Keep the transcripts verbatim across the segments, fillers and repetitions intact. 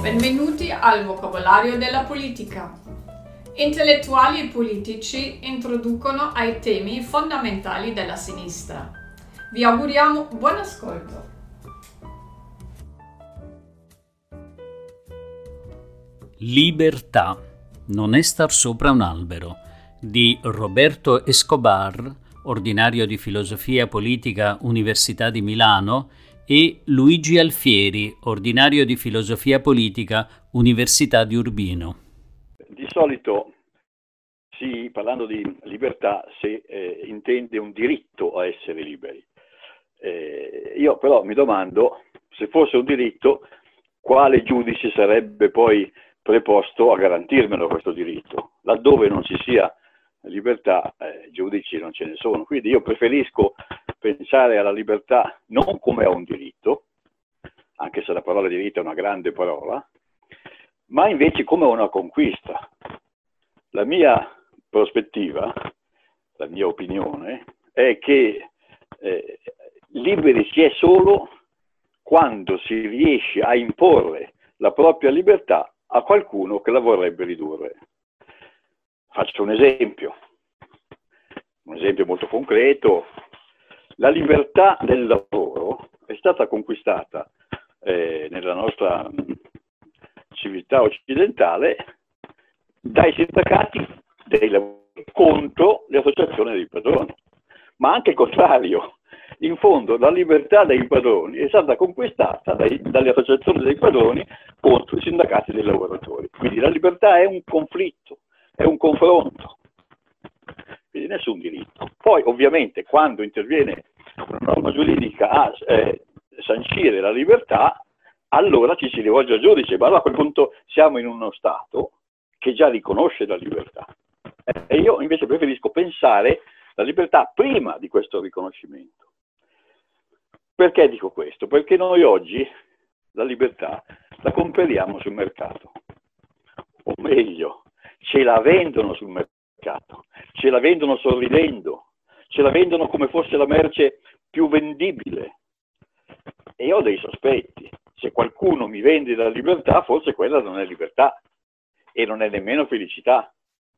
Benvenuti al vocabolario della politica. Intellettuali e politici introducono ai temi fondamentali della sinistra. Vi auguriamo buon ascolto. Libertà non è star sopra un albero di Roberto Escobar, ordinario di filosofia politica Università di Milano, e Luigi Alfieri, ordinario di filosofia politica Università di Urbino. Di solito si, parlando di libertà, si eh, intende un diritto a essere liberi. Eh, io però mi domando, se fosse un diritto, quale giudice sarebbe poi preposto a garantirmelo questo diritto? Laddove non ci sia libertà, eh, giudici non ce ne sono. Quindi io preferisco pensare alla libertà non come a un diritto, anche se la parola diritto è una grande parola, ma invece come a una conquista. La mia prospettiva, la mia opinione, è che eh, liberi si è solo quando si riesce a imporre la propria libertà a qualcuno che la vorrebbe ridurre. Faccio un esempio, un esempio molto concreto. La libertà del lavoro è stata conquistata eh, nella nostra civiltà occidentale dai sindacati dei lavoratori contro le associazioni dei padroni, ma anche il contrario. In fondo la libertà dei padroni è stata conquistata dai, dalle associazioni dei padroni contro i sindacati dei lavoratori. Quindi la libertà è un conflitto, è un confronto, quindi nessun diritto. Poi ovviamente quando interviene una norma giuridica a eh, sancire la libertà, allora ci si rivolge al giudice, ma allora a quel punto siamo in uno Stato che già riconosce la libertà. E io invece preferisco pensare la libertà prima di questo riconoscimento. Perché dico questo? Perché noi oggi la libertà la compriamo sul mercato, o meglio, ce la vendono sul mercato, ce la vendono sorridendo, ce la vendono come fosse la merce più vendibile. E io ho dei sospetti. Se qualcuno mi vende la libertà, forse quella non è libertà e non è nemmeno felicità.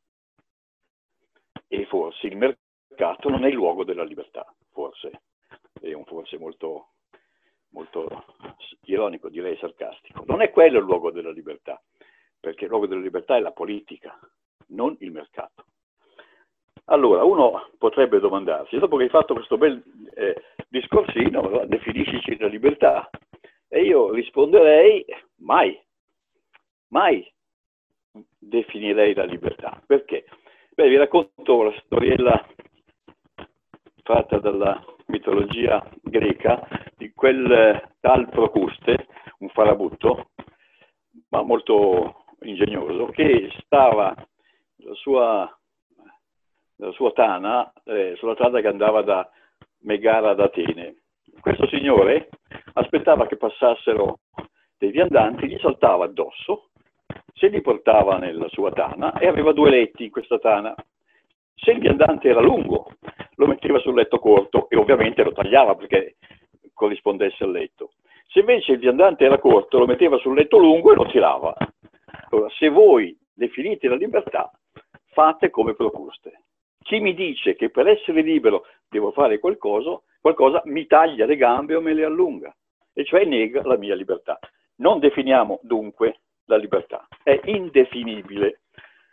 E forse il mercato non è il luogo della libertà, forse. È un forse molto, molto ironico, direi sarcastico. Non è quello il luogo della libertà, perché il luogo della libertà è la politica, non il mercato. Allora, uno potrebbe domandarsi, dopo che hai fatto questo bel eh, discorsino, definiscici la libertà, e io risponderei, mai, mai definirei la libertà. Perché? Beh, vi racconto la storiella fatta dalla mitologia greca di quel eh, tal Procuste, un farabutto, ma molto ingegnoso, che stava la sua, la sua tana eh, sulla strada che andava da Megara ad Atene. Questo signore aspettava che passassero dei viandanti, gli saltava addosso, se li portava nella sua tana e aveva due letti in questa tana. Se il viandante era lungo, lo metteva sul letto corto e ovviamente lo tagliava perché corrispondesse al letto. Se invece il viandante era corto, lo metteva sul letto lungo e lo tirava. Allora, se voi definite la libertà, fate come Procuste. Chi mi dice che per essere libero devo fare qualcosa, qualcosa mi taglia le gambe o me le allunga, e cioè nega la mia libertà. Non definiamo dunque la libertà, è indefinibile.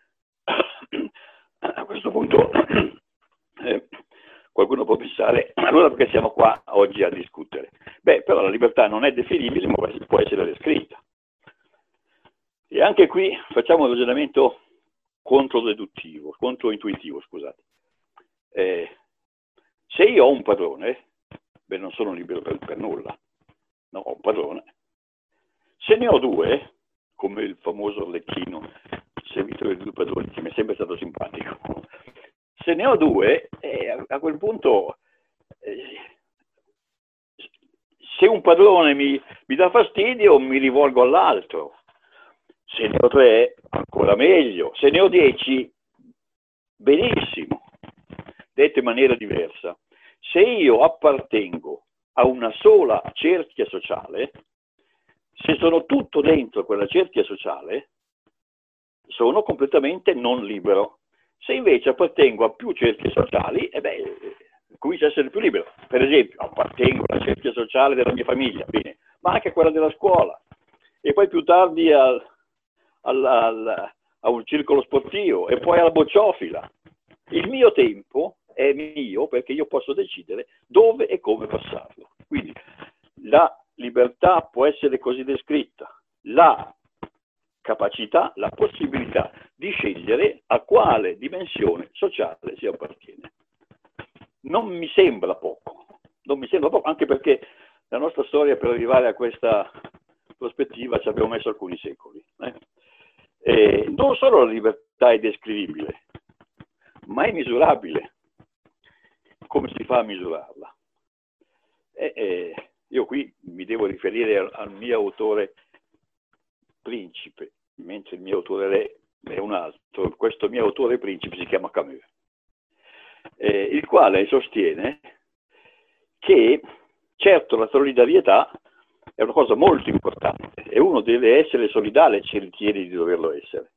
A questo punto eh, qualcuno può pensare, allora perché siamo qua oggi a discutere? Beh, però la libertà non è definibile, ma può essere descritta. E anche qui facciamo un ragionamento controdeduttivo, controintuitivo, scusate. Eh, se io ho un padrone, beh, non sono libero per, per nulla, no, ho un padrone. Se ne ho due, come il famoso Arlecchino, servitore di due padroni, che mi è sempre stato simpatico. Se ne ho due, eh, a, a quel punto, eh, se un padrone mi, mi dà fastidio, mi rivolgo all'altro. Se ne ho tre, ancora meglio. Se ne ho dieci, benissimo. Detto in maniera diversa, se io appartengo a una sola cerchia sociale, Se sono tutto dentro quella cerchia sociale, sono completamente non libero. Se invece appartengo a più cerchie sociali, eh beh, comincio a essere più libero. Per esempio, appartengo alla cerchia sociale della mia famiglia, bene, ma anche a quella della scuola, e poi più tardi al, al, al, a un circolo sportivo, e poi alla bocciofila. Il mio tempo è mio perché io posso decidere dove e come passarlo. Quindi la libertà può essere così descritta: la capacità, la possibilità di scegliere a quale dimensione sociale si appartiene. Non mi sembra poco, non mi sembra poco, anche perché la nostra storia, per arrivare a questa prospettiva, ci abbiamo messo alcuni secoli. Eh? E non solo la libertà è descrivibile, ma è misurabile. Come si fa a misurarla? E, e, io qui mi devo riferire al, al mio autore principe, mentre il mio autore è un altro. Questo mio autore principe si chiama Camus, eh, il quale sostiene che certo la solidarietà è una cosa molto importante e uno deve essere solidale se ritiene di doverlo essere,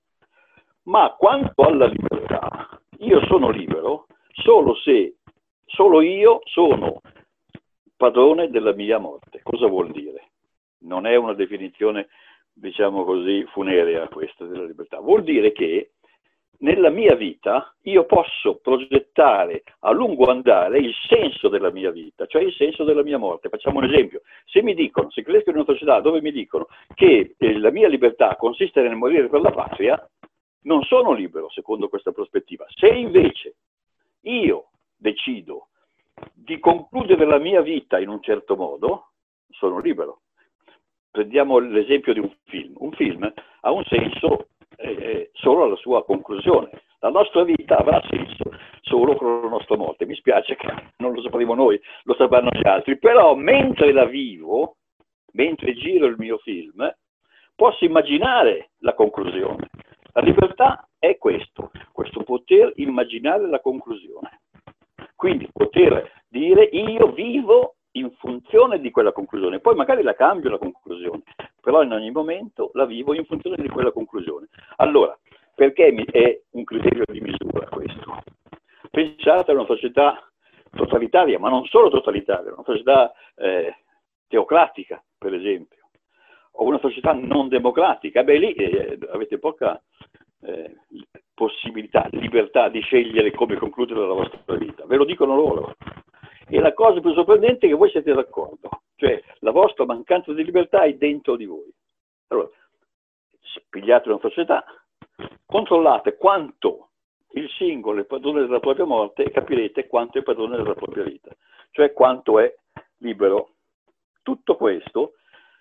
ma quanto alla libertà, io sono libero solo se solo io sono padrone della mia morte. Cosa vuol dire? Non è una definizione, diciamo così, funerea questa della libertà. Vuol dire che nella mia vita io posso progettare a lungo andare il senso della mia vita, cioè il senso della mia morte. Facciamo un esempio: se mi dicono, se cresco in una società dove mi dicono che eh, la mia libertà consiste nel morire per la patria, non sono libero secondo questa prospettiva. Se invece io decido di concludere la mia vita in un certo modo, sono libero. Prendiamo l'esempio di un film. Un film ha un senso eh, solo alla sua conclusione. La nostra vita avrà senso solo con la nostra morte. Mi spiace che non lo sapremo noi, lo sapranno gli altri, però mentre la vivo, mentre giro il mio film, posso immaginare la conclusione. La libertà è questo, questo poter immaginare la conclusione. Quindi poter dire io vivo in funzione di quella conclusione, poi magari la cambio la conclusione, però in ogni momento la vivo in funzione di quella conclusione. Allora, perché è un criterio di misura questo? Pensate a una società totalitaria, ma non solo totalitaria, una società eh, teocratica, per esempio, o una società non democratica. Beh, lì eh, avete poca eh, possibilità, libertà di scegliere come concludere la vostra vita, ve lo dicono loro. E la cosa più sorprendente è che voi siete d'accordo, cioè la vostra mancanza di libertà è dentro di voi. Allora, pigliate una società, controllate quanto il singolo è padrone della propria morte e capirete quanto è padrone della propria vita, cioè quanto è libero. Tutto questo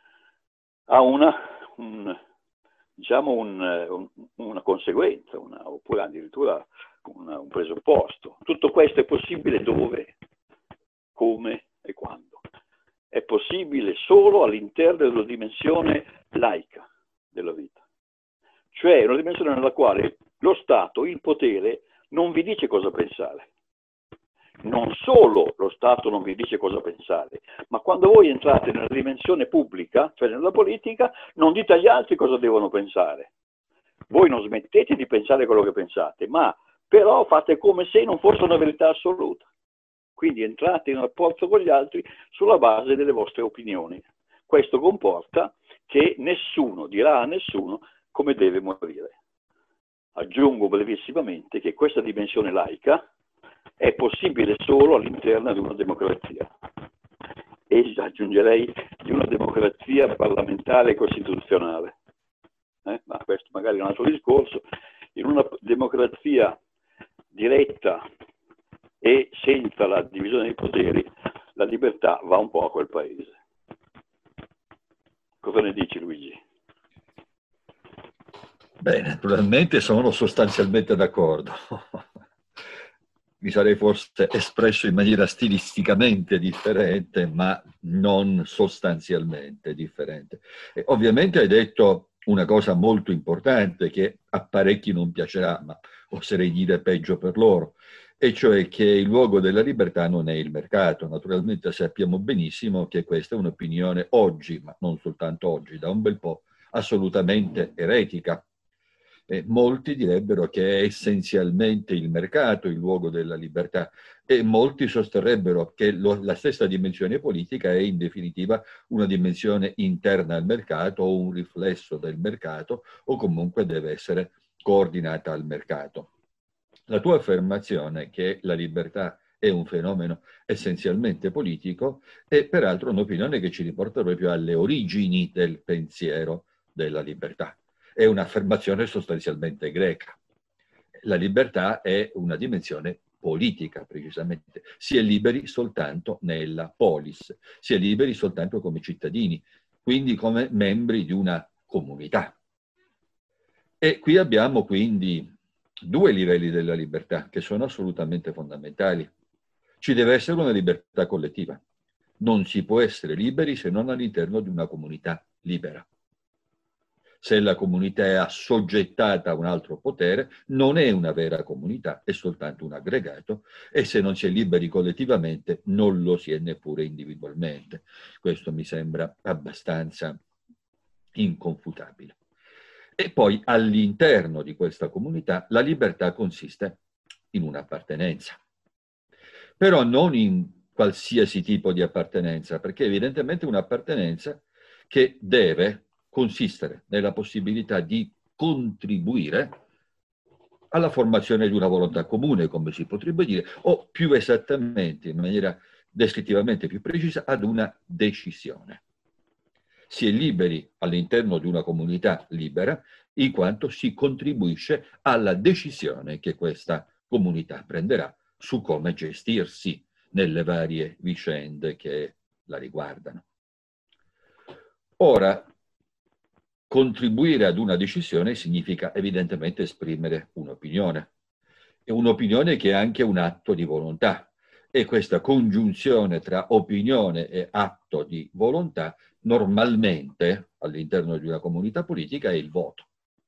ha una, un, diciamo un, un, una conseguenza, una, oppure addirittura una, un presupposto. Tutto questo è possibile dove? Come e quando? È possibile solo all'interno della dimensione laica della vita, cioè una dimensione nella quale lo Stato, il potere, non vi dice cosa pensare. Non solo lo Stato non vi dice cosa pensare, ma quando voi entrate nella dimensione pubblica, cioè nella politica, non dite agli altri cosa devono pensare. Voi non smettete di pensare quello che pensate, ma però fate come se non fosse una verità assoluta. Quindi entrate in rapporto con gli altri sulla base delle vostre opinioni. Questo comporta che nessuno dirà a nessuno come deve morire. Aggiungo brevissimamente che questa dimensione laica è possibile solo all'interno di una democrazia. E aggiungerei di una democrazia parlamentare e costituzionale. Eh? Ma questo magari è un altro discorso. In una democrazia diretta e senza la divisione dei poteri, la libertà va un po' a quel paese. Cosa ne dici, Luigi? Beh, naturalmente sono sostanzialmente d'accordo. Mi sarei forse espresso in maniera stilisticamente differente, ma non sostanzialmente differente. E ovviamente hai detto una cosa molto importante che a parecchi non piacerà, ma oserei dire peggio per loro. e cioè che il luogo della libertà non è il mercato. Naturalmente sappiamo benissimo che questa è un'opinione oggi, ma non soltanto oggi, da un bel po', assolutamente eretica. E molti direbbero che è essenzialmente il mercato il luogo della libertà e molti sosterrebbero che lo, la stessa dimensione politica è in definitiva una dimensione interna al mercato o un riflesso del mercato o comunque deve essere coordinata al mercato. La tua affermazione che la libertà è un fenomeno essenzialmente politico è peraltro un'opinione che ci riporta proprio alle origini del pensiero della libertà. È un'affermazione sostanzialmente greca. La libertà è una dimensione politica, precisamente. Si è liberi soltanto nella polis, si è liberi soltanto come cittadini, quindi come membri di una comunità. E qui abbiamo quindi due livelli della libertà che sono assolutamente fondamentali. Ci deve essere una libertà collettiva. Non si può essere liberi se non all'interno di una comunità libera. Se la comunità è assoggettata a un altro potere, non è una vera comunità, è soltanto un aggregato, e se non si è liberi collettivamente, non lo si è neppure individualmente. Questo mi sembra abbastanza inconfutabile. E poi all'interno di questa comunità la libertà consiste in un'appartenenza. Però non in qualsiasi tipo di appartenenza, perché evidentemente un'appartenenza che deve consistere nella possibilità di contribuire alla formazione di una volontà comune, come si potrebbe dire, o più esattamente, in maniera descrittivamente più precisa, ad una decisione. Si è liberi all'interno di una comunità libera in quanto si contribuisce alla decisione che questa comunità prenderà su come gestirsi nelle varie vicende che la riguardano. Ora, contribuire ad una decisione significa evidentemente esprimere un'opinione, e un'opinione che è anche un atto di volontà, e questa congiunzione tra opinione e atto di volontà normalmente all'interno di una comunità politica è il voto.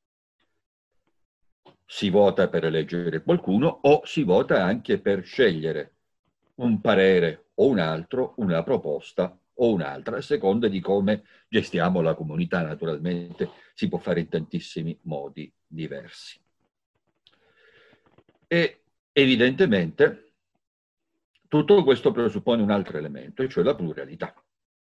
Si vota per eleggere qualcuno o si vota anche per scegliere un parere o un altro, una proposta o un'altra, a seconda di come gestiamo la comunità. Naturalmente si può fare in tantissimi modi diversi. E evidentemente tutto questo presuppone un altro elemento, e cioè la pluralità.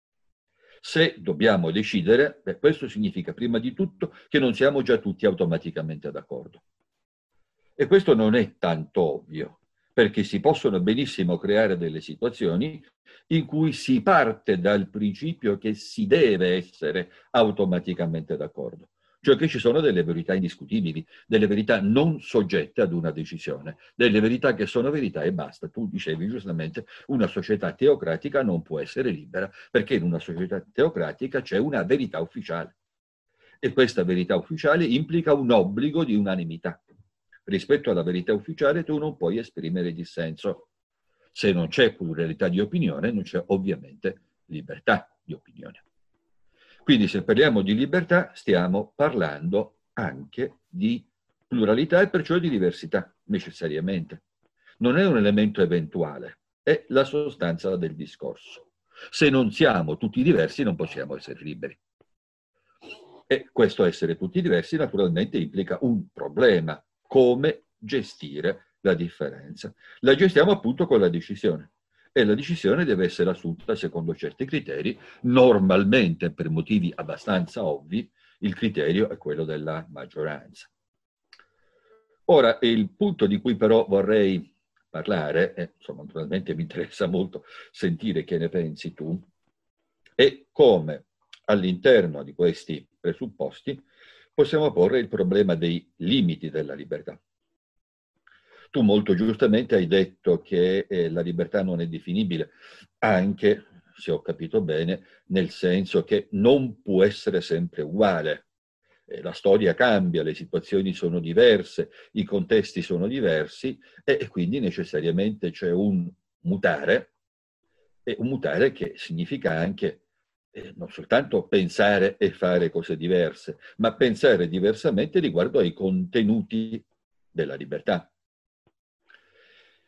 Se dobbiamo decidere, beh, questo significa prima di tutto che non siamo già tutti automaticamente d'accordo. E questo non è tanto ovvio, perché si possono benissimo creare delle situazioni in cui si parte dal principio che si deve essere automaticamente d'accordo, cioè che ci sono delle verità indiscutibili, delle verità non soggette ad una decisione, delle verità che sono verità e basta. Tu dicevi giustamente, una società teocratica non può essere libera, perché in una società teocratica c'è una verità ufficiale, e questa verità ufficiale implica un obbligo di unanimità. Rispetto alla verità ufficiale tu non puoi esprimere dissenso. Se non c'è pluralità di opinione, non c'è ovviamente libertà di opinione. Quindi se parliamo di libertà stiamo parlando anche di pluralità e perciò di diversità, necessariamente. Non è un elemento eventuale, è la sostanza del discorso. Se non siamo tutti diversi non possiamo essere liberi. E questo essere tutti diversi naturalmente implica un problema. Come gestire la differenza? La gestiamo appunto con la decisione, e la decisione deve essere assunta secondo certi criteri. Normalmente, per motivi abbastanza ovvi, il criterio è quello della maggioranza. Ora, il punto di cui però vorrei parlare, e insomma naturalmente mi interessa molto sentire che ne pensi tu, è come all'interno di questi presupposti possiamo porre il problema dei limiti della libertà. Tu molto giustamente hai detto che eh, la libertà non è definibile, anche, se ho capito bene, nel senso che non può essere sempre uguale. Eh, la storia cambia, le situazioni sono diverse, i contesti sono diversi, e, e quindi necessariamente c'è un mutare, e un mutare che significa anche Eh, non soltanto pensare e fare cose diverse, ma pensare diversamente riguardo ai contenuti della libertà.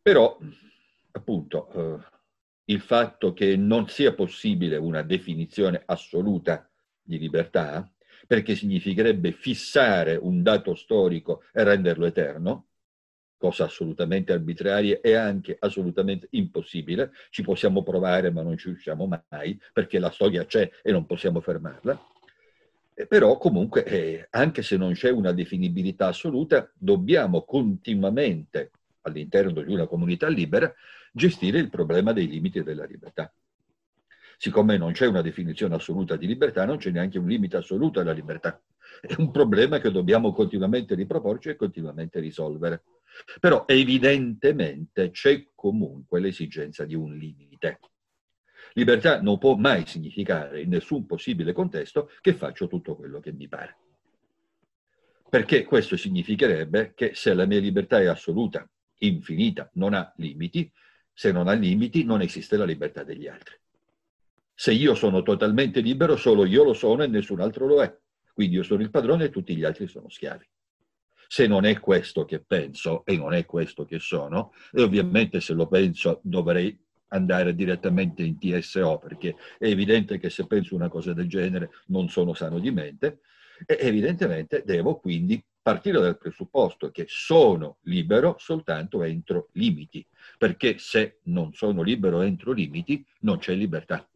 Però, appunto, eh, il fatto che non sia possibile una definizione assoluta di libertà, perché significherebbe fissare un dato storico e renderlo eterno, cosa assolutamente arbitraria e anche assolutamente impossibile. Ci possiamo provare, ma non ci riusciamo mai, perché la storia c'è e non possiamo fermarla. Eh, però comunque, eh, anche se non c'è una definibilità assoluta, dobbiamo continuamente, all'interno di una comunità libera, gestire il problema dei limiti della libertà. Siccome non c'è una definizione assoluta di libertà, non c'è neanche un limite assoluto alla libertà. È un problema che dobbiamo continuamente riproporci e continuamente risolvere. Però evidentemente c'è comunque l'esigenza di un limite. Libertà non può mai significare in nessun possibile contesto che faccio tutto quello che mi pare. Perché questo significherebbe che se la mia libertà è assoluta, infinita, non ha limiti, se non ha limiti non esiste la libertà degli altri. Se io sono totalmente libero, solo io lo sono e nessun altro lo è. Quindi io sono il padrone e tutti gli altri sono schiavi. Se non è questo che penso e non è questo che sono, e ovviamente se lo penso dovrei andare direttamente in T S O, perché è evidente che se penso una cosa del genere non sono sano di mente, e evidentemente devo quindi partire dal presupposto che sono libero soltanto entro limiti, perché se non sono libero entro limiti non c'è libertà.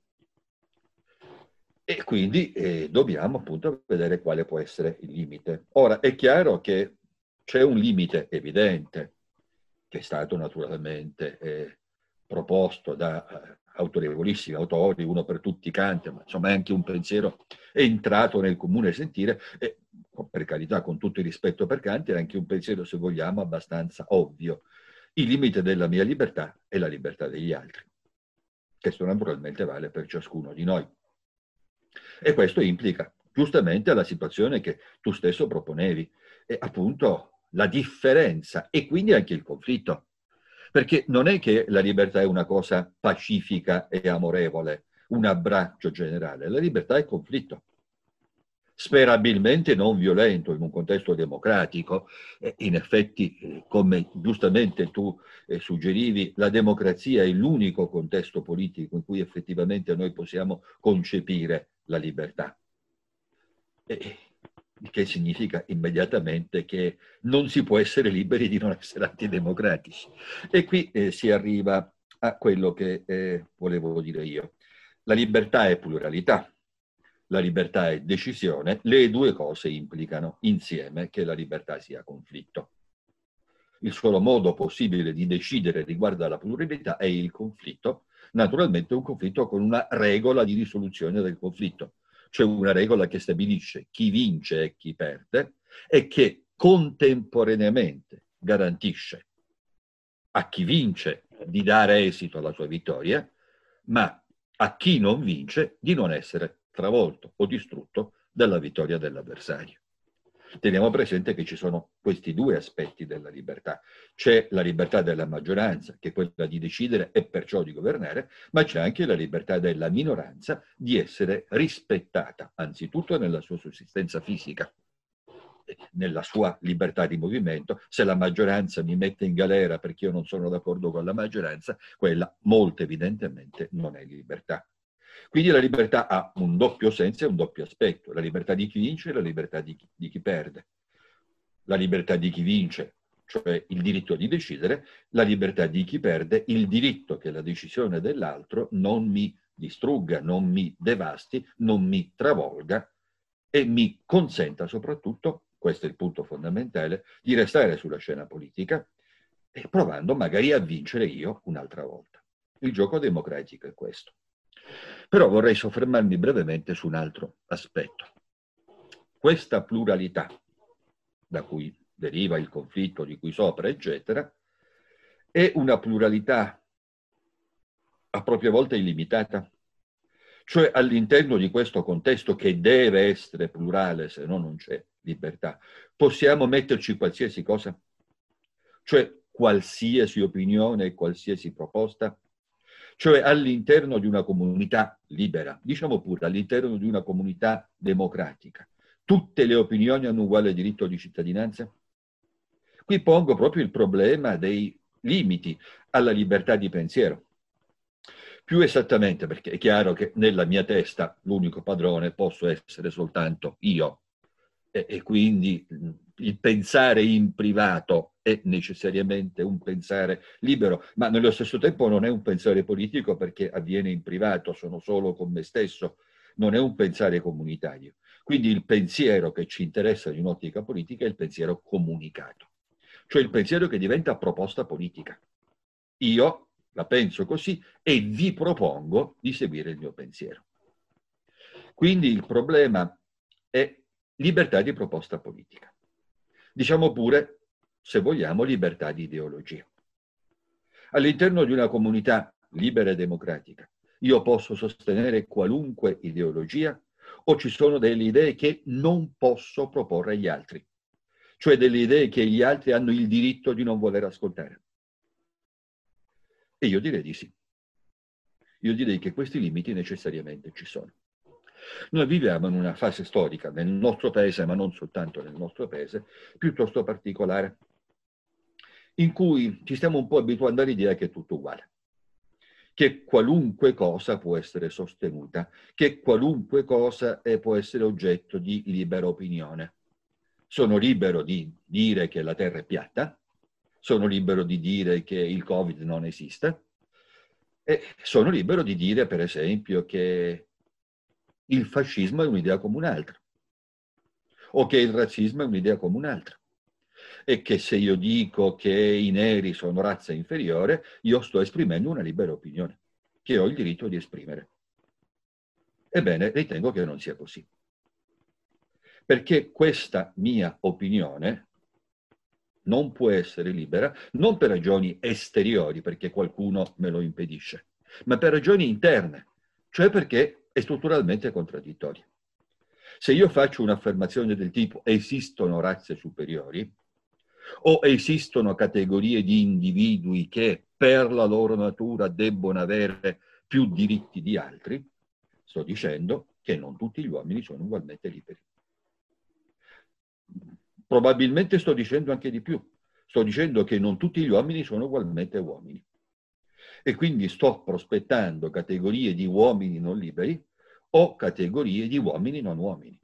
E quindi eh, dobbiamo appunto vedere quale può essere il limite. Ora, è chiaro che c'è un limite evidente, che è stato naturalmente eh, proposto da eh, autorevolissimi autori, uno per tutti Kant, ma insomma è anche un pensiero entrato nel comune sentire, e per carità, con tutto il rispetto per Kant, è anche un pensiero, se vogliamo, abbastanza ovvio. Il limite della mia libertà è la libertà degli altri. Questo naturalmente vale per ciascuno di noi. E questo implica giustamente la situazione che tu stesso proponevi, e appunto la differenza e quindi anche il conflitto. Perché non è che la libertà è una cosa pacifica e amorevole, un abbraccio generale. La libertà è conflitto. Sperabilmente non violento in un contesto democratico. In effetti, come giustamente tu suggerivi, la democrazia è l'unico contesto politico in cui effettivamente noi possiamo concepire la libertà. E che significa immediatamente che non si può essere liberi di non essere antidemocratici. E qui eh, si arriva a quello che eh, volevo dire io. La libertà è pluralità, la libertà è decisione, le due cose implicano insieme che la libertà sia conflitto. Il solo modo possibile di decidere riguardo alla pluralità è il conflitto, naturalmente un conflitto con una regola di risoluzione del conflitto. C'è una regola che stabilisce chi vince e chi perde e che contemporaneamente garantisce a chi vince di dare esito alla sua vittoria, ma a chi non vince di non essere travolto o distrutto dalla vittoria dell'avversario. Teniamo presente che ci sono questi due aspetti della libertà. C'è la libertà della maggioranza, che è quella di decidere e perciò di governare, ma c'è anche la libertà della minoranza di essere rispettata, anzitutto nella sua sussistenza fisica, nella sua libertà di movimento. Se la maggioranza mi mette in galera perché io non sono d'accordo con la maggioranza, quella molto evidentemente non è libertà. Quindi la libertà ha un doppio senso e un doppio aspetto, la libertà di chi vince e la libertà di chi, di chi perde. La libertà di chi vince, cioè il diritto di decidere, la libertà di chi perde, il diritto che la decisione dell'altro non mi distrugga, non mi devasti, non mi travolga e mi consenta soprattutto, questo è il punto fondamentale, di restare sulla scena politica e provando magari a vincere io un'altra volta. Il gioco democratico è questo. Però vorrei soffermarmi brevemente su un altro aspetto. Questa pluralità, da cui deriva il conflitto di cui sopra, eccetera, è una pluralità a propria volta illimitata. Cioè all'interno di questo contesto che deve essere plurale, se no non c'è libertà, possiamo metterci qualsiasi cosa? Cioè qualsiasi opinione e qualsiasi proposta? Cioè all'interno di una comunità libera, diciamo pure all'interno di una comunità democratica, tutte le opinioni hanno uguale diritto di cittadinanza? Qui pongo proprio il problema dei limiti alla libertà di pensiero. Più esattamente, perché è chiaro che nella mia testa l'unico padrone posso essere soltanto io, e, e quindi il pensare in privato è necessariamente un pensare libero, ma nello stesso tempo non è un pensare politico perché avviene in privato, sono solo con me stesso, non è un pensare comunitario. Quindi il pensiero che ci interessa in un'ottica politica è il pensiero comunicato, cioè il pensiero che diventa proposta politica. Io la penso così e vi propongo di seguire il mio pensiero. Quindi il problema è libertà di proposta politica. Diciamo pure, se vogliamo, libertà di ideologia. All'interno di una comunità libera e democratica, io posso sostenere qualunque ideologia o ci sono delle idee che non posso proporre agli altri, cioè delle idee che gli altri hanno il diritto di non voler ascoltare. E io direi di sì. Io direi che questi limiti necessariamente ci sono. Noi viviamo in una fase storica nel nostro paese, ma non soltanto nel nostro paese, piuttosto particolare, in cui ci stiamo un po' abituando all'idea che è tutto uguale, che qualunque cosa può essere sostenuta, che qualunque cosa può essere oggetto di libera opinione. Sono libero di dire che la Terra è piatta, sono libero di dire che il Covid non esiste, e sono libero di dire, per esempio, che il fascismo è un'idea come un'altra, o che il razzismo è un'idea come un'altra, e che se io dico che i neri sono razza inferiore, io sto esprimendo una libera opinione, che ho il diritto di esprimere. Ebbene, ritengo che non sia così. Perché questa mia opinione non può essere libera, non per ragioni esteriori, perché qualcuno me lo impedisce, ma per ragioni interne, cioè perché è strutturalmente contraddittoria. Se io faccio un'affermazione del tipo esistono razze superiori o esistono categorie di individui che per la loro natura debbono avere più diritti di altri, sto dicendo che non tutti gli uomini sono ugualmente liberi. Probabilmente sto dicendo anche di più. Sto dicendo che non tutti gli uomini sono ugualmente uomini. E quindi sto prospettando categorie di uomini non liberi o categorie di uomini non uomini.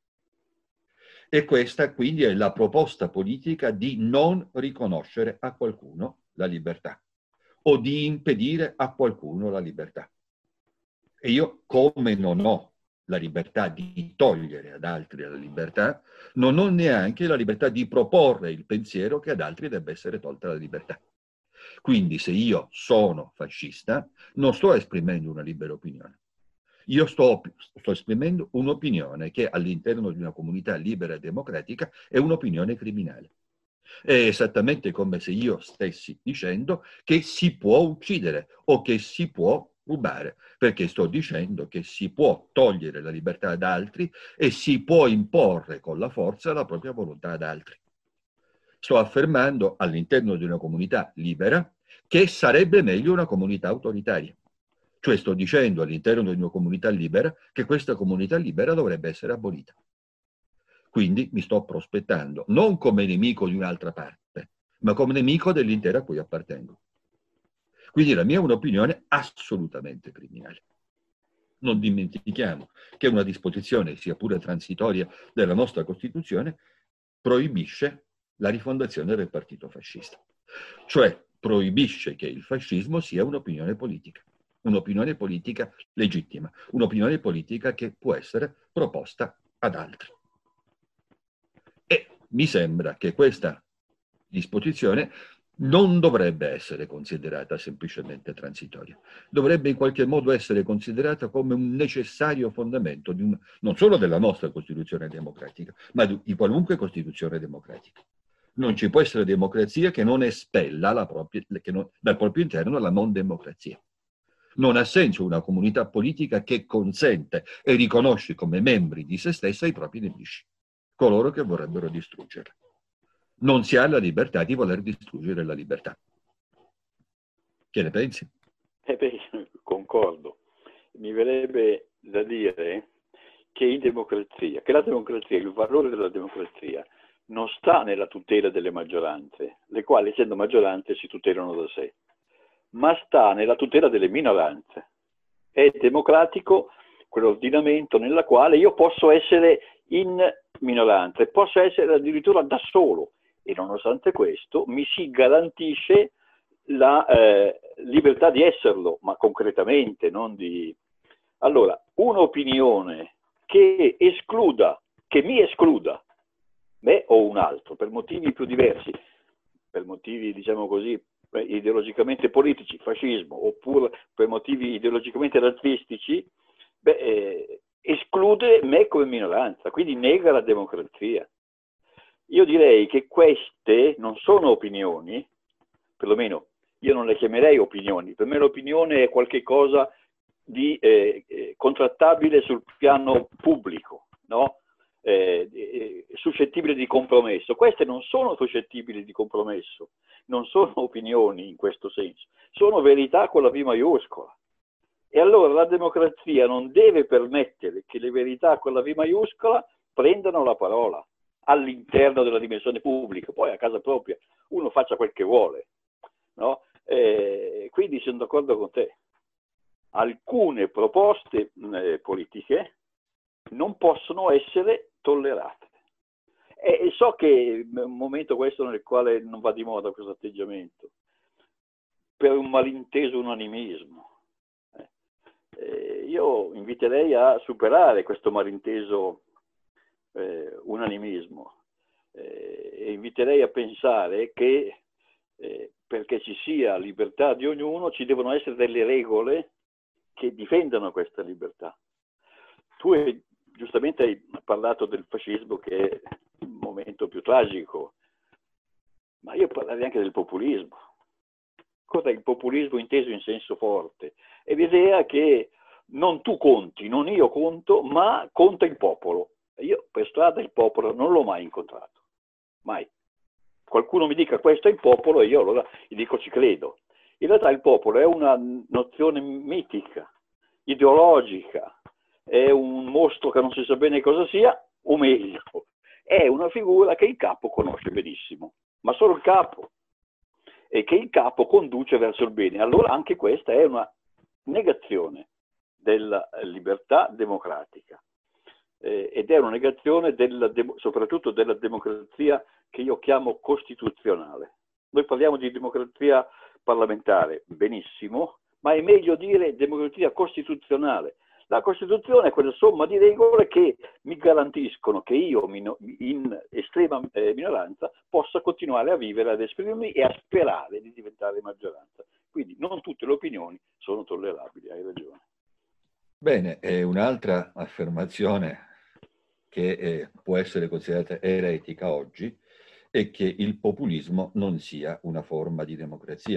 E questa quindi è la proposta politica di non riconoscere a qualcuno la libertà o di impedire a qualcuno la libertà. E io, come non ho la libertà di togliere ad altri la libertà, non ho neanche la libertà di proporre il pensiero che ad altri debba essere tolta la libertà. Quindi se io sono fascista, non sto esprimendo una libera opinione. Io sto, sto esprimendo un'opinione che all'interno di una comunità libera e democratica è un'opinione criminale. È esattamente come se io stessi dicendo che si può uccidere o che si può rubare, perché sto dicendo che si può togliere la libertà ad altri e si può imporre con la forza la propria volontà ad altri. Sto affermando all'interno di una comunità libera che sarebbe meglio una comunità autoritaria. Cioè sto dicendo all'interno di una comunità libera che questa comunità libera dovrebbe essere abolita. Quindi mi sto prospettando non come nemico di un'altra parte, ma come nemico dell'intera a cui appartengo. Quindi la mia è un'opinione assolutamente criminale. Non dimentichiamo che una disposizione, sia pure transitoria, della nostra Costituzione proibisce la rifondazione del partito fascista. Cioè proibisce che il fascismo sia un'opinione politica, un'opinione politica legittima, un'opinione politica che può essere proposta ad altri. E mi sembra che questa disposizione non dovrebbe essere considerata semplicemente transitoria, dovrebbe in qualche modo essere considerata come un necessario fondamento di un, non solo della nostra Costituzione democratica, ma di, di qualunque Costituzione democratica. Non ci può essere democrazia che non espella la propria, che non, dal proprio interno la non democrazia. Non ha senso una comunità politica che consente e riconosce come membri di se stessa i propri nemici, coloro che vorrebbero distruggerla. Non si ha la libertà di voler distruggere la libertà. Che ne pensi? Eh beh, concordo. Mi verrebbe da dire che in democrazia, che la democrazia, il valore della democrazia non sta nella tutela delle maggioranze, le quali, essendo maggioranze, si tutelano da sé, ma sta nella tutela delle minoranze. È democratico quell'ordinamento nella quale io posso essere in minoranza e posso essere addirittura da solo, e nonostante questo mi si garantisce la eh, libertà di esserlo, ma concretamente, non di... Allora, un'opinione che escluda, che mi escluda, me o un altro, per motivi più diversi, per motivi, diciamo così, ideologicamente politici, fascismo, oppure per motivi ideologicamente razzistici, beh, eh, esclude me come minoranza, quindi nega la democrazia. Io direi che queste non sono opinioni, perlomeno io non le chiamerei opinioni, per me l'opinione è qualche cosa di eh, eh, contrattabile sul piano pubblico, no? Eh, eh, suscettibile di compromesso. Queste non sono suscettibili di compromesso, non sono opinioni in questo senso, sono verità con la V maiuscola. E allora la democrazia non deve permettere che le verità con la V maiuscola prendano la parola all'interno della dimensione pubblica, poi a casa propria uno faccia quel che vuole, no? Eh, quindi sono d'accordo con te. Alcune proposte eh, politiche non possono essere tollerate. E, e so che è un momento questo nel quale non va di moda questo atteggiamento, per un malinteso unanimismo. Eh, eh, io inviterei a superare questo malinteso eh, unanimismo eh, e inviterei a pensare che eh, perché ci sia libertà di ognuno ci devono essere delle regole che difendano questa libertà. Tu hai, giustamente hai parlato del fascismo, che è il momento più tragico, ma io parlerei anche del populismo. Cos'è il populismo inteso in senso forte? È l'idea che non tu conti, non io conto, ma conta il popolo. Io per strada il popolo non l'ho mai incontrato, mai. Qualcuno mi dica questo è il popolo e io allora gli dico ci credo. In realtà il popolo è una nozione mitica, ideologica, è un mostro che non si sa bene cosa sia, o meglio, è una figura che il capo conosce benissimo, ma solo il capo, e che il capo conduce verso il bene. Allora anche questa è una negazione della libertà democratica eh, ed è una negazione della de- soprattutto della democrazia che io chiamo costituzionale. Noi parliamo di democrazia parlamentare, benissimo, ma è meglio dire democrazia costituzionale. La Costituzione è quella somma di regole che mi garantiscono che io, in estrema minoranza, possa continuare a vivere, ad esprimermi e a sperare di diventare maggioranza. Quindi non tutte le opinioni sono tollerabili, hai ragione. Bene, è un'altra affermazione che eh, può essere considerata eretica oggi è che il populismo non sia una forma di democrazia.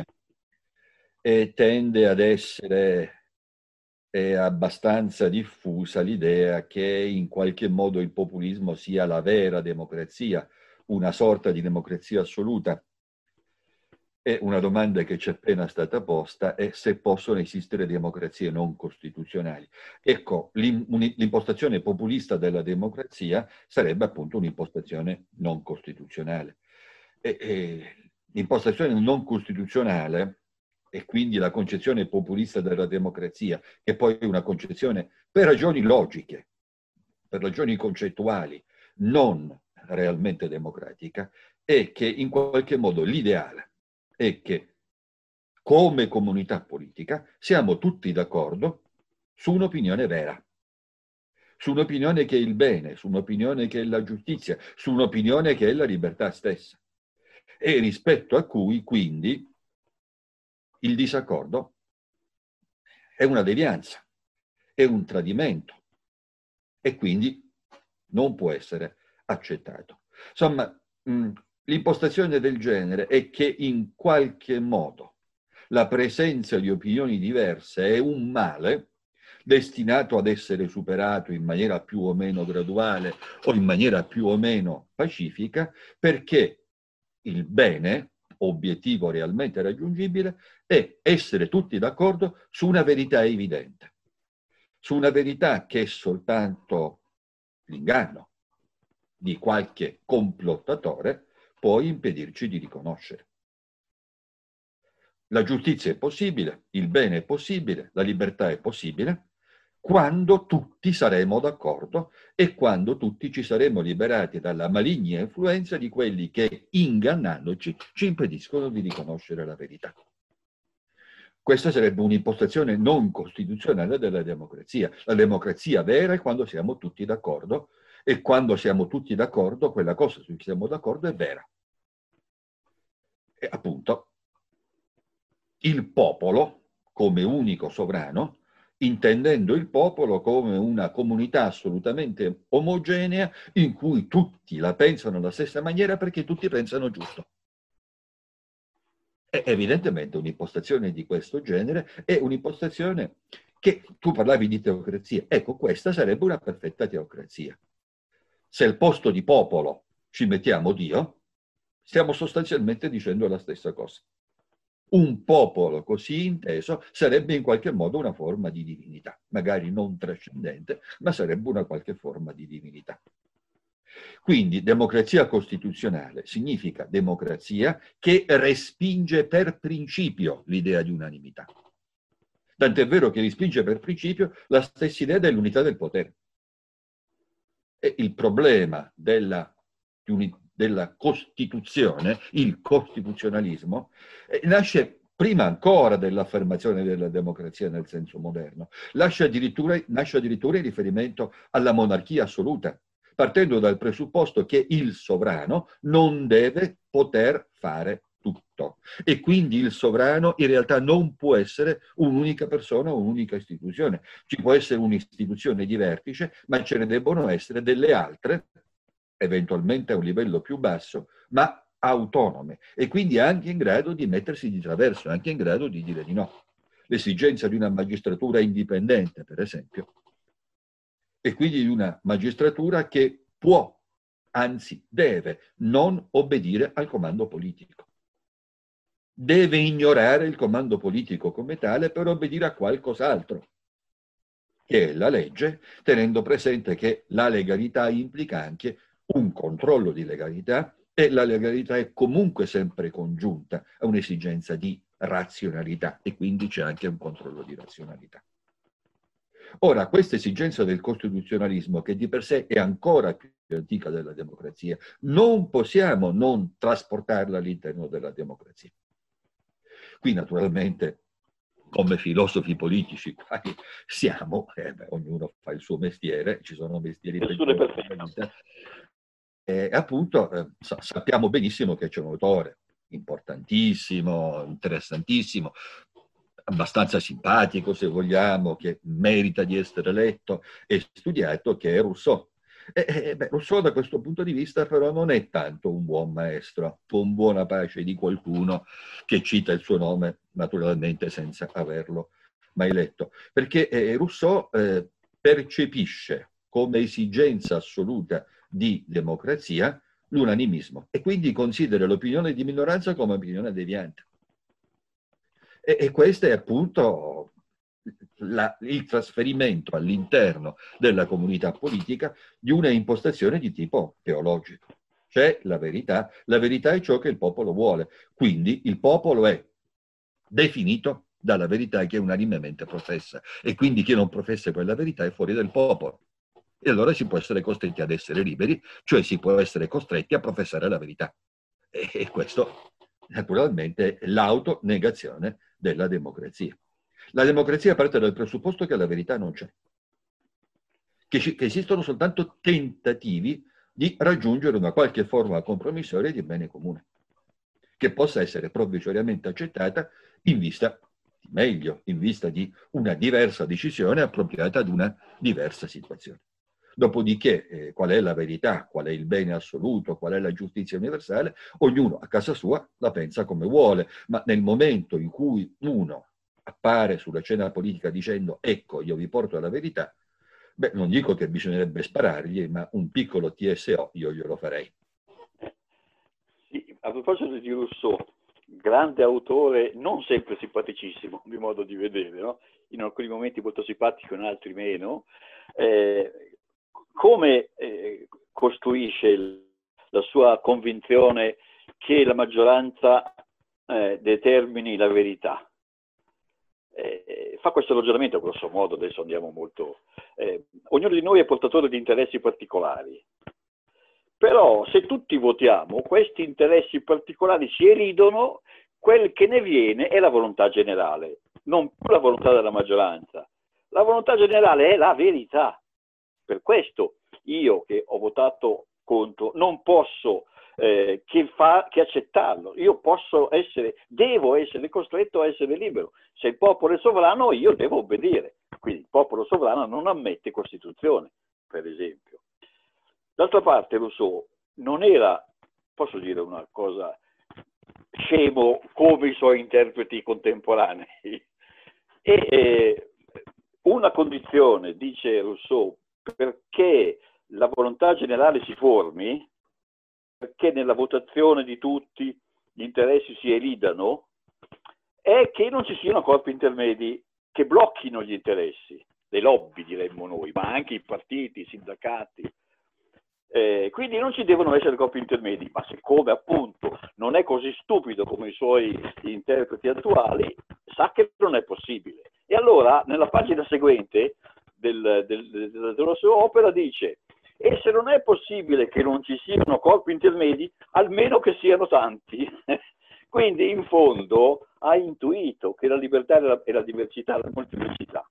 E tende ad essere è abbastanza diffusa l'idea che in qualche modo il populismo sia la vera democrazia, una sorta di democrazia assoluta. E una domanda che ci è appena stata posta è se possono esistere democrazie non costituzionali. Ecco, l'impostazione populista della democrazia sarebbe appunto un'impostazione non costituzionale. E, e, l'impostazione non costituzionale e quindi la concezione populista della democrazia, che poi è una concezione per ragioni logiche, per ragioni concettuali, non realmente democratica, è che in qualche modo l'ideale è che come comunità politica siamo tutti d'accordo su un'opinione vera, su un'opinione che è il bene, su un'opinione che è la giustizia, su un'opinione che è la libertà stessa, e rispetto a cui quindi il disaccordo è una devianza, è un tradimento e quindi non può essere accettato. Insomma, mh, l'impostazione del genere è che in qualche modo la presenza di opinioni diverse è un male destinato ad essere superato in maniera più o meno graduale o in maniera più o meno pacifica, perché il bene obiettivo realmente raggiungibile è essere tutti d'accordo su una verità evidente, su una verità che è soltanto l'inganno di qualche complottatore può impedirci di riconoscere. La giustizia è possibile, il bene è possibile, la libertà è possibile, quando tutti saremo d'accordo e quando tutti ci saremo liberati dalla maligna influenza di quelli che, ingannandoci, ci impediscono di riconoscere la verità. Questa sarebbe un'impostazione non costituzionale della democrazia. La democrazia vera è quando siamo tutti d'accordo, e quando siamo tutti d'accordo, quella cosa su cui siamo d'accordo è vera. E appunto, il popolo, come unico sovrano, intendendo il popolo come una comunità assolutamente omogenea in cui tutti la pensano alla stessa maniera perché tutti pensano giusto. E evidentemente un'impostazione di questo genere è un'impostazione che, tu parlavi di teocrazia, ecco, questa sarebbe una perfetta teocrazia. Se al posto di popolo ci mettiamo Dio, stiamo sostanzialmente dicendo la stessa cosa. Un popolo così inteso sarebbe in qualche modo una forma di divinità, magari non trascendente, ma sarebbe una qualche forma di divinità. Quindi democrazia costituzionale significa democrazia che respinge per principio l'idea di unanimità. Tant'è vero che respinge per principio la stessa idea dell'unità del potere. E il problema della, della Costituzione, il costituzionalismo, eh, nasce prima ancora dell'affermazione della democrazia nel senso moderno. Nasce addirittura, nasce addirittura in riferimento alla monarchia assoluta, partendo dal presupposto che il sovrano non deve poter fare tutto. E quindi il sovrano in realtà non può essere un'unica persona o un'unica istituzione. Ci può essere un'istituzione di vertice, ma ce ne debbono essere delle altre, eventualmente a un livello più basso, ma autonome, e quindi anche in grado di mettersi di traverso, anche in grado di dire di no. L'esigenza di una magistratura indipendente, per esempio, e quindi di una magistratura che può, anzi deve, non obbedire al comando politico. Deve ignorare il comando politico come tale per obbedire a qualcos'altro, che è la legge, tenendo presente che la legalità implica anche un controllo di legalità, e la legalità è comunque sempre congiunta a un'esigenza di razionalità, e quindi c'è anche un controllo di razionalità. Ora, questa esigenza del costituzionalismo, che di per sé è ancora più antica della democrazia, non possiamo non trasportarla all'interno della democrazia. Qui naturalmente, come filosofi politici quali siamo, eh beh, ognuno fa il suo mestiere, ci sono mestieri perfetti. E appunto eh, sa sappiamo benissimo che c'è un autore importantissimo, interessantissimo, abbastanza simpatico se vogliamo, che merita di essere letto e studiato, che è Rousseau. E, e, beh, Rousseau da questo punto di vista però non è tanto un buon maestro, con buona pace di qualcuno che cita il suo nome naturalmente senza averlo mai letto, perché eh, Rousseau eh, percepisce come esigenza assoluta di democrazia l'unanimismo e quindi considera l'opinione di minoranza come opinione deviante. E, e questo è appunto la, il trasferimento all'interno della comunità politica di una impostazione di tipo teologico. C'è la verità, la verità è ciò che il popolo vuole, quindi il popolo è definito dalla verità che unanimemente professa, e quindi chi non professa quella verità è fuori del popolo. E allora si può essere costretti ad essere liberi, cioè si può essere costretti a professare la verità. E, e questo naturalmente è l'autonegazione della democrazia. La democrazia parte dal presupposto che la verità non c'è, che, che esistono soltanto tentativi di raggiungere una qualche forma compromissoria di bene comune, che possa essere provvisoriamente accettata in vista di meglio, in vista di una diversa decisione appropriata ad una diversa situazione. Dopodiché, eh, qual è la verità, qual è il bene assoluto, qual è la giustizia universale, ognuno a casa sua la pensa come vuole, ma nel momento in cui uno appare sulla scena politica dicendo ecco, io vi porto alla verità, beh, non dico che bisognerebbe sparargli, ma un piccolo T S O io glielo farei. Sì, a proposito di Rousseau, grande autore, non sempre simpaticissimo, di modo di vedere, no? In alcuni momenti molto simpatico, in altri meno, eh, come eh, costruisce il, la sua convinzione che la maggioranza eh, determini la verità. Eh, fa questo ragionamento grosso modo, adesso andiamo molto... Eh, ognuno di noi è portatore di interessi particolari, però se tutti votiamo, questi interessi particolari si eridono, quel che ne viene è la volontà generale, non più la volontà della maggioranza. La volontà generale è la verità. Per questo io che ho votato contro non posso eh, che, fa, che accettarlo. Io posso essere, devo essere costretto a essere libero. Se il popolo è sovrano, io devo obbedire. Quindi il popolo sovrano non ammette Costituzione, per esempio. D'altra parte Rousseau non era, posso dire una cosa, scemo come i suoi interpreti contemporanei. E eh, una condizione, dice Rousseau, perché la volontà generale si formi, perché nella votazione di tutti gli interessi si eridano, è che non ci siano corpi intermedi che blocchino gli interessi, le lobby diremmo noi, ma anche i partiti, i sindacati. Eh, quindi non ci devono essere corpi intermedi, ma siccome appunto non è così stupido come i suoi interpreti attuali, sa che non è possibile. E allora nella pagina seguente del, del, del, della sua opera dice: e se non è possibile che non ci siano corpi intermedi, almeno che siano tanti. Quindi in fondo ha intuito che la libertà e la, e la diversità, la molteplicità.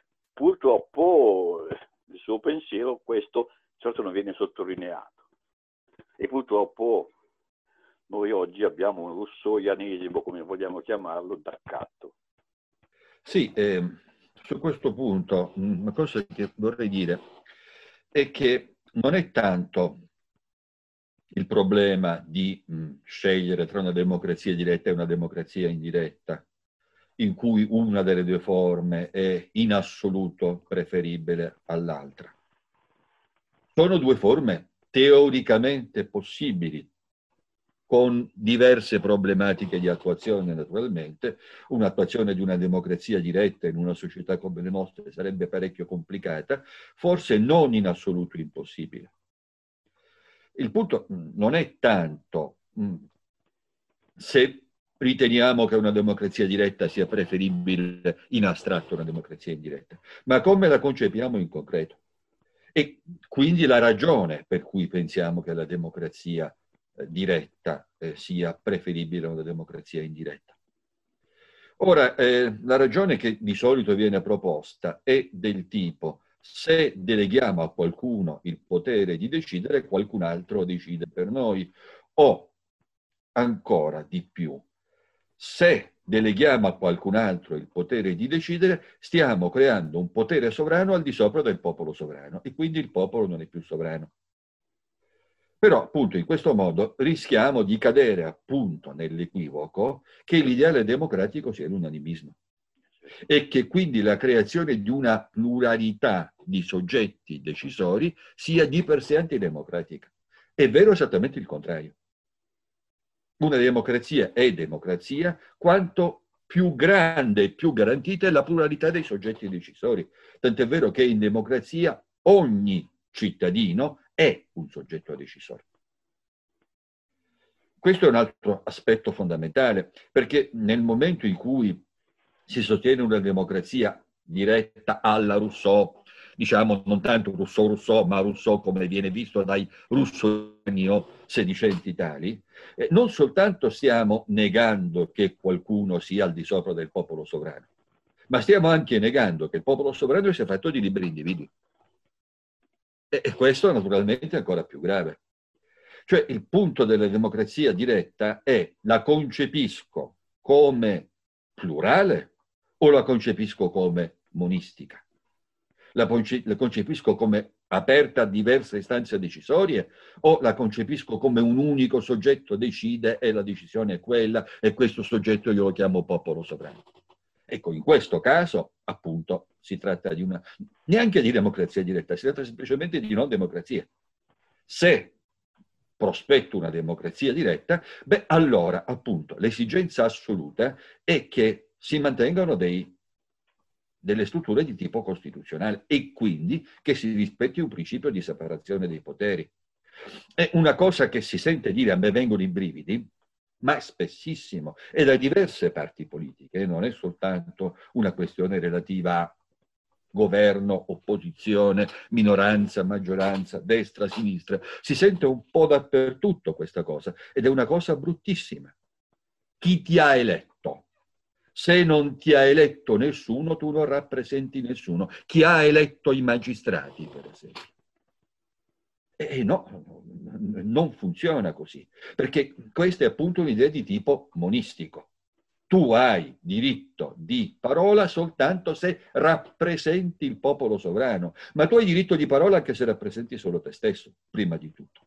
Purtroppo il suo pensiero, questo certo non viene sottolineato. E purtroppo noi oggi abbiamo un rousseauianesimo, come vogliamo chiamarlo, d'accatto. Sì, eh, su questo punto una cosa che vorrei dire è che non è tanto il problema di mh, scegliere tra una democrazia diretta e una democrazia indiretta, in cui una delle due forme è in assoluto preferibile all'altra. Sono due forme teoricamente possibili, con diverse problematiche di attuazione naturalmente. Un'attuazione di una democrazia diretta in una società come le nostre sarebbe parecchio complicata, forse non in assoluto impossibile. Il punto non è tanto mh, se riteniamo che una democrazia diretta sia preferibile in astratto a una democrazia indiretta, ma come la concepiamo in concreto. E quindi la ragione per cui pensiamo che la democrazia eh, diretta eh, sia preferibile a una democrazia indiretta. Ora, eh, la ragione che di solito viene proposta è del tipo: se deleghiamo a qualcuno il potere di decidere, qualcun altro decide per noi. O, ancora di più, se deleghiamo a qualcun altro il potere di decidere, stiamo creando un potere sovrano al di sopra del popolo sovrano, e quindi il popolo non è più sovrano. Però, appunto, in questo modo rischiamo di cadere appunto nell'equivoco che l'ideale democratico sia l'unanimismo e che quindi la creazione di una pluralità di soggetti decisori sia di per sé antidemocratica. È vero esattamente il contrario. Una democrazia è democrazia quanto più grande e più garantita è la pluralità dei soggetti decisori. Tant'è vero che in democrazia ogni cittadino è un soggetto decisore. Questo è un altro aspetto fondamentale, perché nel momento in cui si sostiene una democrazia diretta alla Rousseau, diciamo non tanto Rousseau-Rousseau, ma Rousseau come viene visto dai russoni o sedicenti tali, eh, non soltanto stiamo negando che qualcuno sia al di sopra del popolo sovrano, ma stiamo anche negando che il popolo sovrano sia fatto di liberi individui. E, e questo naturalmente è ancora più grave. Cioè il punto della democrazia diretta è: la concepisco come plurale o la concepisco come monistica? La, conce la concepisco come aperta a diverse istanze decisorie o la concepisco come un unico soggetto decide e la decisione è quella e questo soggetto io lo chiamo popolo sovrano? Ecco, in questo caso appunto si tratta di una, neanche di democrazia diretta, si tratta semplicemente di non democrazia. Se prospetto una democrazia diretta, beh, allora appunto l'esigenza assoluta è che si mantengano dei, delle strutture di tipo costituzionale e quindi che si rispetti un principio di separazione dei poteri. È una cosa che si sente dire, a me vengono i brividi, ma spessissimo, e da diverse parti politiche, non è soltanto una questione relativa a governo, opposizione, minoranza, maggioranza, destra, sinistra. Si sente un po' dappertutto questa cosa, ed è una cosa bruttissima. Chi ti ha eletto? Se non ti ha eletto nessuno, tu non rappresenti nessuno. Chi ha eletto i magistrati, per esempio? E no, non funziona così, perché questa è appunto un'idea di tipo monistico. Tu hai diritto di parola soltanto se rappresenti il popolo sovrano, ma tu hai diritto di parola anche se rappresenti solo te stesso, prima di tutto.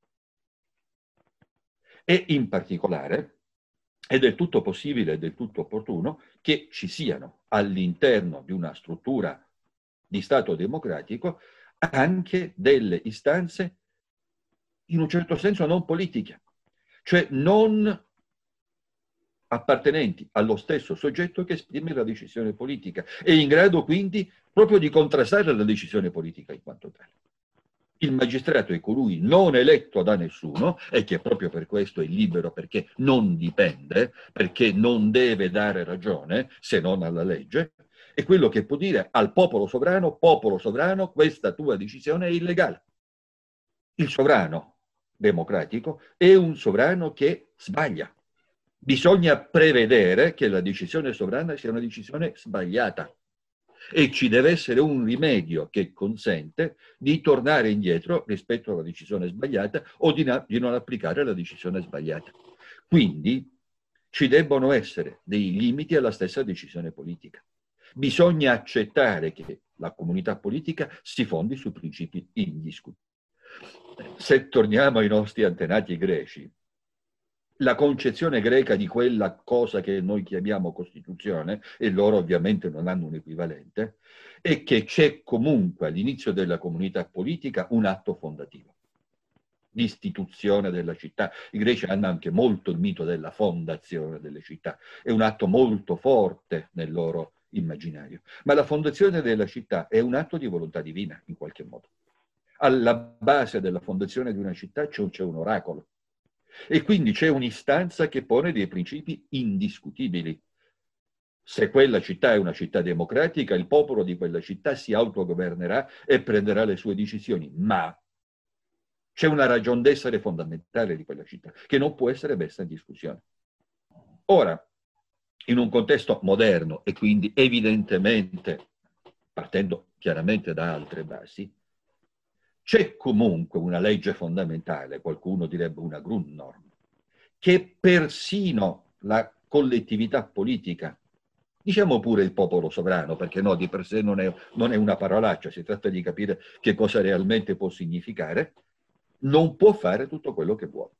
E in particolare è del tutto possibile e del tutto opportuno che ci siano all'interno di una struttura di Stato democratico anche delle istanze in un certo senso non politiche, cioè non appartenenti allo stesso soggetto che esprime la decisione politica e in grado quindi proprio di contrastare la decisione politica in quanto tale. Il magistrato è colui non eletto da nessuno e che proprio per questo è libero, perché non dipende, perché non deve dare ragione se non alla legge, è quello che può dire al popolo sovrano: popolo sovrano, questa tua decisione è illegale. Il sovrano democratico è un sovrano che sbaglia. Bisogna prevedere che la decisione sovrana sia una decisione sbagliata e ci deve essere un rimedio che consente di tornare indietro rispetto alla decisione sbagliata o di, di non applicare la decisione sbagliata. Quindi ci debbono essere dei limiti alla stessa decisione politica. Bisogna accettare che la comunità politica si fondi su principi indiscutibili. Se torniamo ai nostri antenati greci, la concezione greca di quella cosa che noi chiamiamo Costituzione, e loro ovviamente non hanno un equivalente, è che c'è comunque all'inizio della comunità politica un atto fondativo, l'istituzione della città. I greci hanno anche molto il mito della fondazione delle città, è un atto molto forte nel loro immaginario, ma la fondazione della città è un atto di volontà divina in qualche modo. Alla base della fondazione di una città c'è un oracolo. E quindi c'è un'istanza che pone dei principi indiscutibili. Se quella città è una città democratica, il popolo di quella città si autogovernerà e prenderà le sue decisioni, ma c'è una ragion d'essere fondamentale di quella città che non può essere messa in discussione. Ora, in un contesto moderno e quindi evidentemente partendo chiaramente da altre basi, c'è comunque una legge fondamentale, qualcuno direbbe una Grundnorm, che persino la collettività politica, diciamo pure il popolo sovrano, perché no, di per sé non è, non è una parolaccia, si tratta di capire che cosa realmente può significare, non può fare tutto quello che vuole.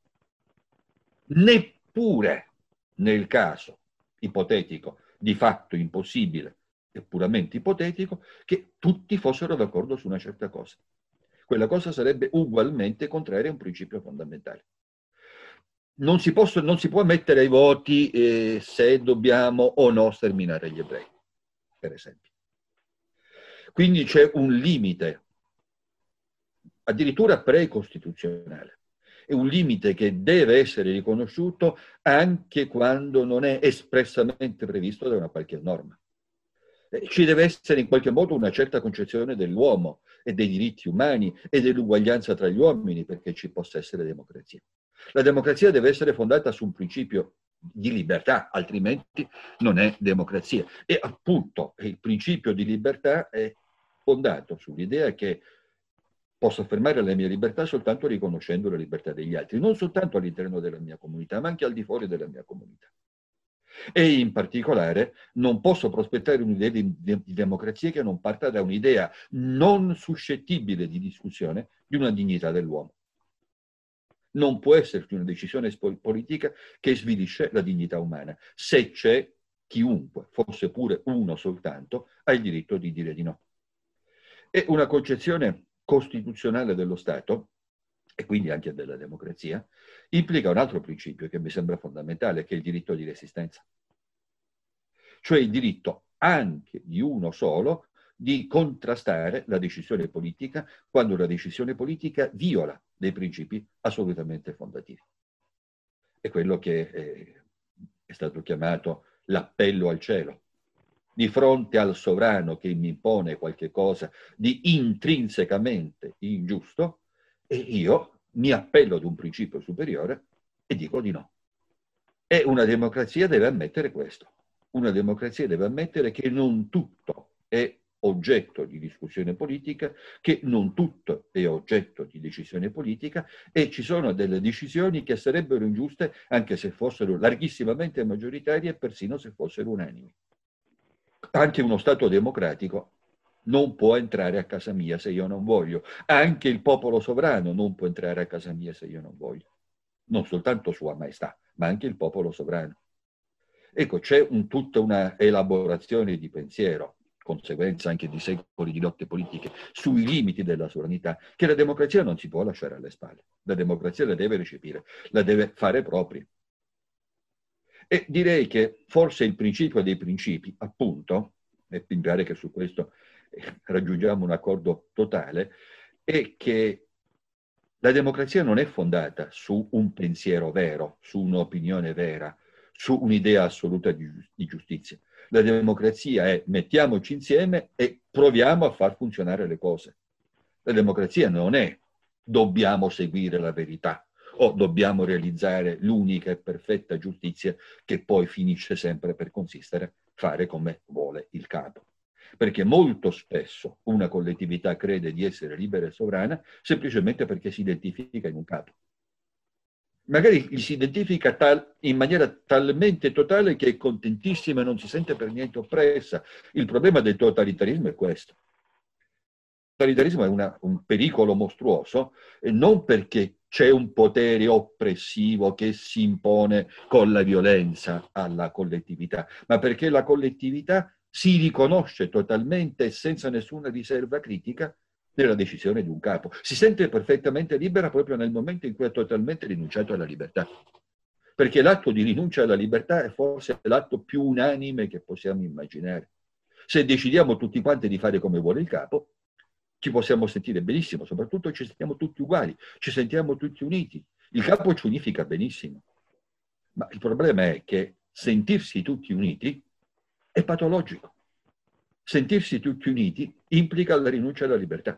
Neppure nel caso ipotetico, di fatto impossibile e puramente ipotetico, che tutti fossero d'accordo su una certa cosa. Quella cosa sarebbe ugualmente contraria a un principio fondamentale. Non si, posso, non si può mettere ai voti eh, se dobbiamo o no sterminare gli ebrei, per esempio. Quindi c'è un limite, addirittura precostituzionale, è un limite che deve essere riconosciuto anche quando non è espressamente previsto da una qualche norma. Ci deve essere in qualche modo una certa concezione dell'uomo e dei diritti umani e dell'uguaglianza tra gli uomini perché ci possa essere democrazia. La democrazia deve essere fondata su un principio di libertà, altrimenti non è democrazia. E appunto il principio di libertà è fondato sull'idea che posso affermare la mia libertà soltanto riconoscendo la libertà degli altri, non soltanto all'interno della mia comunità, ma anche al di fuori della mia comunità. E in particolare non posso prospettare un'idea di, di, di democrazia che non parta da un'idea non suscettibile di discussione di una dignità dell'uomo. Non può esserci una decisione politica che svilisce la dignità umana, se c'è chiunque, fosse pure uno soltanto, ha il diritto di dire di no. E una concezione costituzionale dello Stato, e quindi anche della democrazia, implica un altro principio che mi sembra fondamentale, che è il diritto di resistenza. Cioè il diritto anche di uno solo di contrastare la decisione politica quando la decisione politica viola dei principi assolutamente fondativi. è quello che è, è stato chiamato l'appello al cielo. Di fronte al sovrano che mi impone qualche cosa di intrinsecamente ingiusto, e io mi appello ad un principio superiore e dico di no. E una democrazia deve ammettere questo. Una democrazia deve ammettere che non tutto è oggetto di discussione politica, che non tutto è oggetto di decisione politica, e ci sono delle decisioni che sarebbero ingiuste anche se fossero larghissimamente maggioritarie e persino se fossero unanimi. Anche uno Stato democratico non può entrare a casa mia se io non voglio. Anche il popolo sovrano non può entrare a casa mia se io non voglio. Non soltanto Sua Maestà, ma anche il popolo sovrano. Ecco, c'è un, tutta una elaborazione di pensiero, conseguenza anche di secoli di lotte politiche, sui limiti della sovranità, che la democrazia non si può lasciare alle spalle. La democrazia la deve recepire, la deve fare propria. E direi che forse il principio dei principi, appunto, e mi pare che su questo raggiungiamo un accordo totale, è che la democrazia non è fondata su un pensiero vero, su un'opinione vera, su un'idea assoluta di, di giustizia. La democrazia è mettiamoci insieme e proviamo a far funzionare le cose. La democrazia non è dobbiamo seguire la verità o dobbiamo realizzare l'unica e perfetta giustizia che poi finisce sempre per consistere fare come vuole il capo. Perché molto spesso una collettività crede di essere libera e sovrana semplicemente perché si identifica in un capo. Magari si identifica tal, in maniera talmente totale che è contentissima e non si sente per niente oppressa. Il problema del totalitarismo è questo. Il totalitarismo è una, un pericolo mostruoso, e non perché c'è un potere oppressivo che si impone con la violenza alla collettività, ma perché la collettività si riconosce totalmente e senza nessuna riserva critica nella decisione di un capo. Si sente perfettamente libera proprio nel momento in cui ha totalmente rinunciato alla libertà. Perché l'atto di rinuncia alla libertà è forse l'atto più unanime che possiamo immaginare. Se decidiamo tutti quanti di fare come vuole il capo, ci possiamo sentire benissimo, soprattutto ci sentiamo tutti uguali, ci sentiamo tutti uniti. Il capo ci unifica benissimo. Ma il problema è che sentirsi tutti uniti è patologico. Sentirsi tutti uniti implica la rinuncia alla libertà.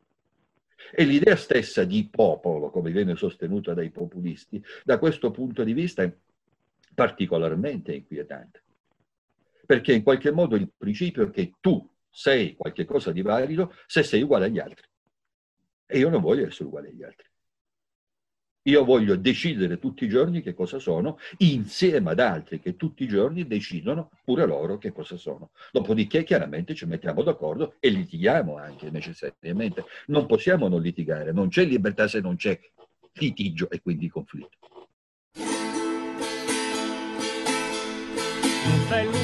E l'idea stessa di popolo, come viene sostenuta dai populisti, da questo punto di vista è particolarmente inquietante. Perché in qualche modo il principio è che tu sei qualche cosa di valido se sei uguale agli altri. E io non voglio essere uguale agli altri. Io voglio decidere tutti i giorni che cosa sono, insieme ad altri che tutti i giorni decidono pure loro che cosa sono. Dopodiché chiaramente ci mettiamo d'accordo e litighiamo anche necessariamente. Non possiamo non litigare, non c'è libertà se non c'è litigio e quindi conflitto.